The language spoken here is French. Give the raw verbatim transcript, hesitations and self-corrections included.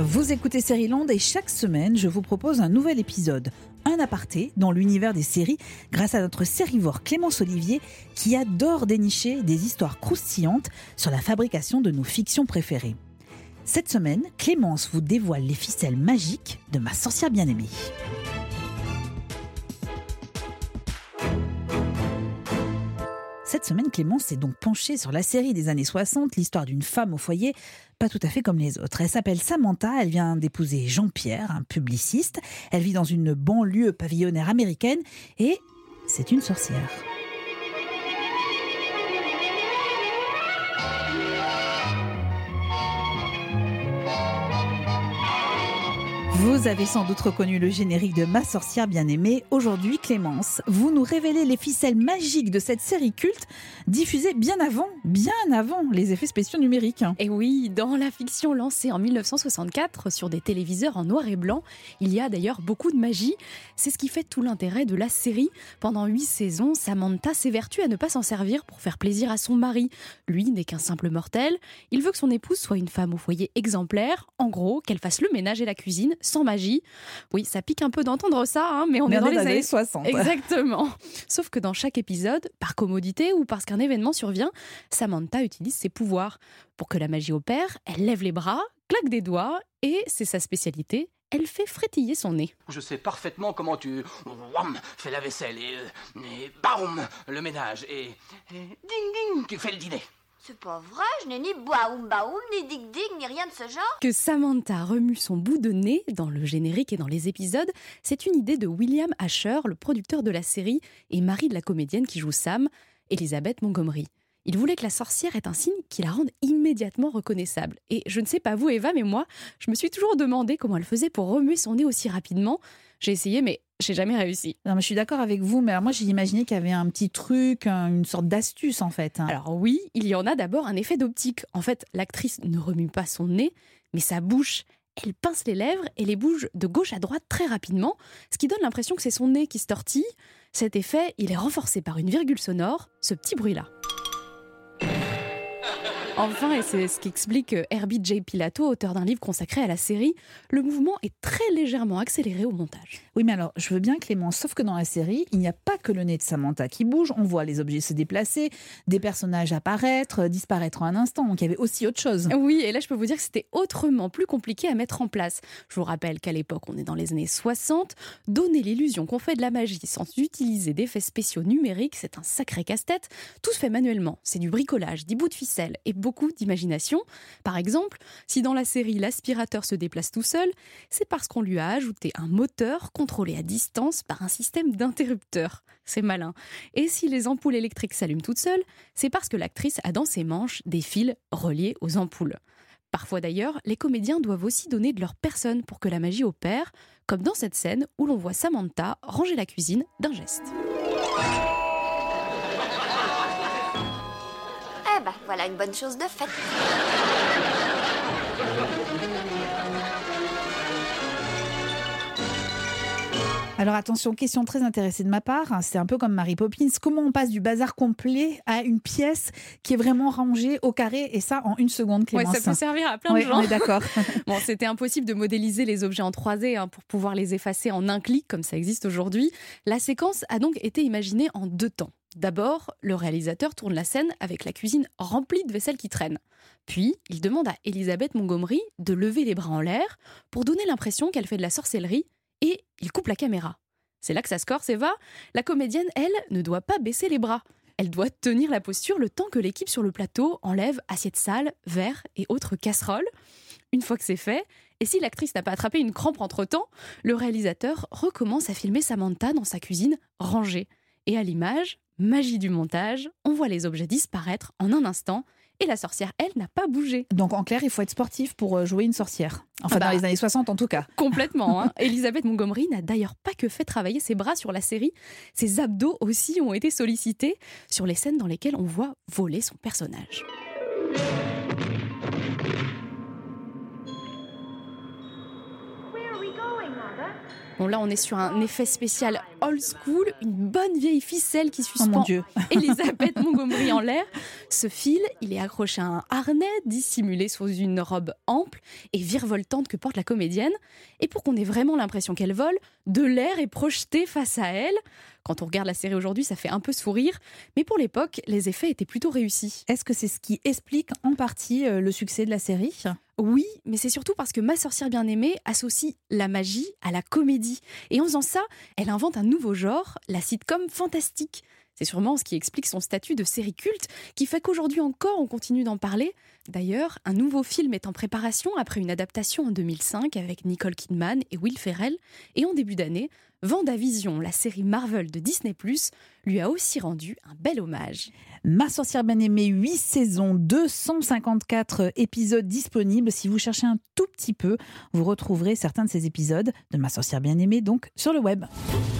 Vous écoutez Sérieland et chaque semaine, je vous propose un nouvel épisode. Un aparté dans l'univers des séries grâce à notre sérivore Clémence Olivier qui adore dénicher des histoires croustillantes sur la fabrication de nos fictions préférées. Cette semaine, Clémence vous dévoile les ficelles magiques de Ma sorcière bien-aimée. Cette semaine, Clémence s'est donc penchée sur la série des années soixante, l'histoire d'une femme au foyer, pas tout à fait comme les autres. Elle s'appelle Samantha, elle vient d'épouser Jean-Pierre, un publiciste. Elle vit dans une banlieue pavillonnaire américaine et c'est une sorcière. Vous avez sans doute reconnu le générique de Ma sorcière bien-aimée. Aujourd'hui, Clémence, vous nous révélez les ficelles magiques de cette série culte, diffusée bien avant, bien avant les effets spéciaux numériques. Et oui, dans la fiction lancée en dix-neuf cent soixante-quatre sur des téléviseurs en noir et blanc, il y a d'ailleurs beaucoup de magie. C'est ce qui fait tout l'intérêt de la série. Pendant huit saisons, Samantha s'évertue à ne pas s'en servir pour faire plaisir à son mari. Lui n'est qu'un simple mortel. Il veut que son épouse soit une femme au foyer exemplaire. En gros, qu'elle fasse le ménage et la cuisine sans magie. Oui, ça pique un peu d'entendre ça, hein, mais on mais est on dans est les dans années... années soixante. Exactement. Sauf que dans chaque épisode, par commodité ou parce qu'un événement survient, Samantha utilise ses pouvoirs. Pour que la magie opère, elle lève les bras, claque des doigts et, c'est sa spécialité, elle fait frétiller son nez. Je sais parfaitement comment tu wham, fais la vaisselle et, euh, et baum, le ménage et, et ding ding, tu fais le dîner. C'est pas vrai, je n'ai ni baoum baoum, ni dig dig, ni rien de ce genre. Que Samantha remue son bout de nez dans le générique et dans les épisodes, c'est une idée de William Asher, le producteur de la série et mari de la comédienne qui joue Sam, Elizabeth Montgomery. Il voulait que la sorcière ait un signe qui la rende immédiatement reconnaissable. Et je ne sais pas vous Eva, mais moi, je me suis toujours demandé comment elle faisait pour remuer son nez aussi rapidement. J'ai essayé, mais j'ai jamais réussi. Non, mais je suis d'accord avec vous, mais alors moi j'ai imaginé qu'il y avait un petit truc, une sorte d'astuce en fait. Alors oui, il y en a d'abord un effet d'optique. En fait, l'actrice ne remue pas son nez, mais sa bouche. Elle pince les lèvres et les bouge de gauche à droite très rapidement, ce qui donne l'impression que c'est son nez qui se tortille. Cet effet, il est renforcé par une virgule sonore, ce petit bruit-là. Enfin, et c'est ce qu'explique Herbie J. Pilato, auteur d'un livre consacré à la série, le mouvement est très légèrement accéléré au montage. Oui, mais alors, je veux bien Clément, sauf que dans la série, il n'y a pas que le nez de Samantha qui bouge, on voit les objets se déplacer, des personnages apparaître, disparaître en un instant, donc il y avait aussi autre chose. Oui, et là je peux vous dire que c'était autrement plus compliqué à mettre en place. Je vous rappelle qu'à l'époque, on est dans les années soixante, donner l'illusion qu'on fait de la magie sans utiliser d'effets spéciaux numériques, c'est un sacré casse-tête. Tout se fait manuellement, c'est du bricolage, des bouts de ficelle et beaucoup d'imagination. Par exemple, si dans la série l'aspirateur se déplace tout seul, c'est parce qu'on lui a ajouté un moteur contrôlé à distance par un système d'interrupteurs. C'est malin. Et si les ampoules électriques s'allument toutes seules, c'est parce que l'actrice a dans ses manches des fils reliés aux ampoules. Parfois d'ailleurs, les comédiens doivent aussi donner de leur personne pour que la magie opère, comme dans cette scène où l'on voit Samantha ranger la cuisine d'un geste. Eh ben, voilà une bonne chose de faite. Alors attention, question très intéressée de ma part, c'est un peu comme Mary Poppins, comment on passe du bazar complet à une pièce qui est vraiment rangée au carré, et ça en une seconde, Clémence. Ouais, ça peut servir à plein ouais, de gens. On est d'accord. Bon, c'était impossible de modéliser les objets en trois D hein, pour pouvoir les effacer en un clic, comme ça existe aujourd'hui. La séquence a donc été imaginée en deux temps. D'abord, le réalisateur tourne la scène avec la cuisine remplie de vaisselle qui traîne. Puis, il demande à Elizabeth Montgomery de lever les bras en l'air pour donner l'impression qu'elle fait de la sorcellerie et il coupe la caméra. C'est là que ça se corse, Eva. La comédienne, elle, ne doit pas baisser les bras. Elle doit tenir la posture le temps que l'équipe sur le plateau enlève assiettes sales, verres et autres casseroles. Une fois que c'est fait, et si l'actrice n'a pas attrapé une crampe entre-temps, le réalisateur recommence à filmer Samantha dans sa cuisine rangée. Et à l'image, magie du montage, on voit les objets disparaître en un instant et la sorcière, elle, n'a pas bougé. Donc en clair, il faut être sportif pour jouer une sorcière. Enfin, bah, dans les années soixante en tout cas. Complètement. Hein. Elizabeth Montgomery n'a d'ailleurs pas que fait travailler ses bras sur la série. Ses abdos aussi ont été sollicités sur les scènes dans lesquelles on voit voler son personnage. Where are we going, Mother? Bon, là, on est sur un effet spécial old school, une bonne vieille ficelle qui Oh mon suspend Dieu. Elisabeth Montgomery en l'air. Ce fil, il est accroché à un harnais dissimulé sous une robe ample et virevoltante que porte la comédienne. Et pour qu'on ait vraiment l'impression qu'elle vole, de l'air est projeté face à elle. Quand on regarde la série aujourd'hui, ça fait un peu sourire. Mais pour l'époque, les effets étaient plutôt réussis. Est-ce que c'est ce qui explique en partie euh, le succès de la série ? Oui, mais c'est surtout parce que Ma sorcière bien-aimée associe la magie à la comédie. Et en faisant ça, elle invente un nouveau genre, la sitcom fantastique. C'est sûrement ce qui explique son statut de série culte, qui fait qu'aujourd'hui encore, on continue d'en parler. D'ailleurs, un nouveau film est en préparation après une adaptation en deux mille cinq avec Nicole Kidman et Will Ferrell. Et en début d'année, WandaVision, la série Marvel de Disney plus, lui a aussi rendu un bel hommage. Ma sorcière bien-aimée, huit saisons, deux cent cinquante-quatre épisodes disponibles. Si vous cherchez un tout petit peu, vous retrouverez certains de ces épisodes de Ma sorcière bien-aimée donc sur le web.